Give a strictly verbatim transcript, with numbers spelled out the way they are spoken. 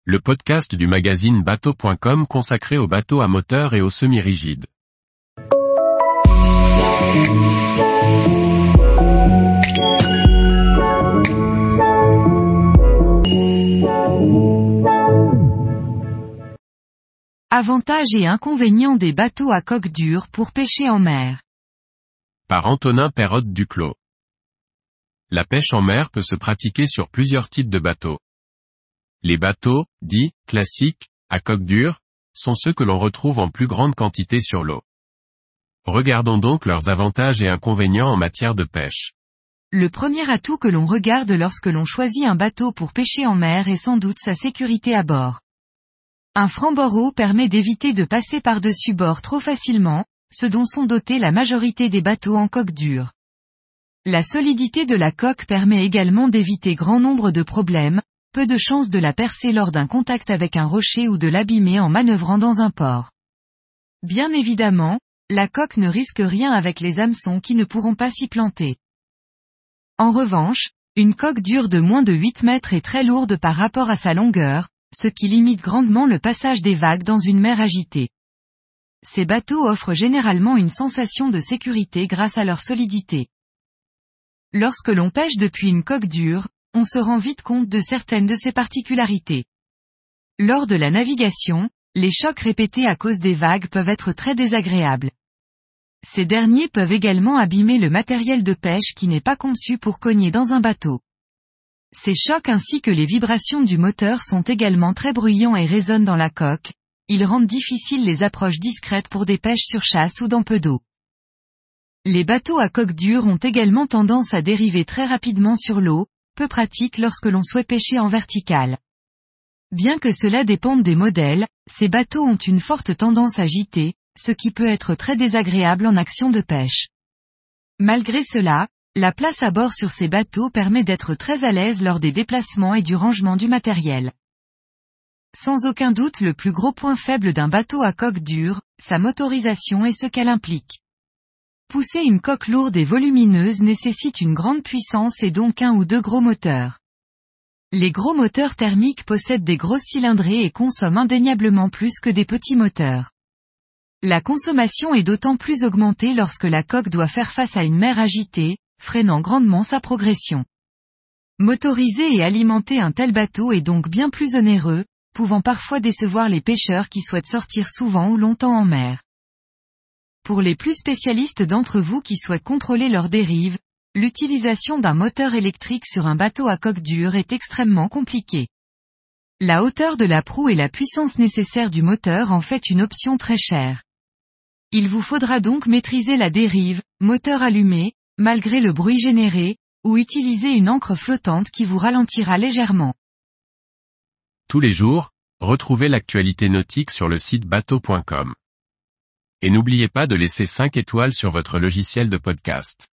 le podcast du magazine bateau point com consacré aux bateaux à moteur et aux semi-rigides. Avantages et inconvénients des bateaux à coque dure pour pêcher en mer. Par Antonin Perrotte-Duclos. La pêche en mer peut se pratiquer sur plusieurs types de bateaux. Les bateaux, dits, classiques, à coque dure, sont ceux que l'on retrouve en plus grande quantité sur l'eau. Regardons donc leurs avantages et inconvénients en matière de pêche. Le premier atout que l'on regarde lorsque l'on choisit un bateau pour pêcher en mer est sans doute sa sécurité à bord. Un franc-bord haut permet d'éviter de passer par-dessus bord trop facilement, ce dont sont dotés la majorité des bateaux en coque dure. La solidité de la coque permet également d'éviter grand nombre de problèmes, peu de chances de la percer lors d'un contact avec un rocher ou de l'abîmer en manœuvrant dans un port. Bien évidemment, la coque ne risque rien avec les hameçons qui ne pourront pas s'y planter. En revanche, une coque dure de moins de huit mètres est très lourde par rapport à sa longueur, ce qui limite grandement le passage des vagues dans une mer agitée. Ces bateaux offrent généralement une sensation de sécurité grâce à leur solidité. Lorsque l'on pêche depuis une coque dure, on se rend vite compte de certaines de ses particularités. Lors de la navigation, les chocs répétés à cause des vagues peuvent être très désagréables. Ces derniers peuvent également abîmer le matériel de pêche qui n'est pas conçu pour cogner dans un bateau. Ces chocs ainsi que les vibrations du moteur sont également très bruyants et résonnent dans la coque. Ils rendent difficiles les approches discrètes pour des pêches sur chasse ou dans peu d'eau. Les bateaux à coque dure ont également tendance à dériver très rapidement sur l'eau, peu pratique lorsque l'on souhaite pêcher en vertical. Bien que cela dépende des modèles, ces bateaux ont une forte tendance à gîter, ce qui peut être très désagréable en action de pêche. Malgré cela, la place à bord sur ces bateaux permet d'être très à l'aise lors des déplacements et du rangement du matériel. Sans aucun doute le plus gros point faible d'un bateau à coque dure, sa motorisation et ce qu'elle implique. Pousser une coque lourde et volumineuse nécessite une grande puissance et donc un ou deux gros moteurs. Les gros moteurs thermiques possèdent des grosses cylindrées et consomment indéniablement plus que des petits moteurs. La consommation est d'autant plus augmentée lorsque la coque doit faire face à une mer agitée, freinant grandement sa progression. Motoriser et alimenter un tel bateau est donc bien plus onéreux, pouvant parfois décevoir les pêcheurs qui souhaitent sortir souvent ou longtemps en mer. Pour les plus spécialistes d'entre vous qui souhaitent contrôler leur dérive, l'utilisation d'un moteur électrique sur un bateau à coque dure est extrêmement compliquée. La hauteur de la proue et la puissance nécessaire du moteur en fait une option très chère. Il vous faudra donc maîtriser la dérive, moteur allumé, malgré le bruit généré, ou utiliser une ancre flottante qui vous ralentira légèrement. Tous les jours, retrouvez l'actualité nautique sur le site bateau point com. Et n'oubliez pas de laisser cinq étoiles sur votre logiciel de podcast.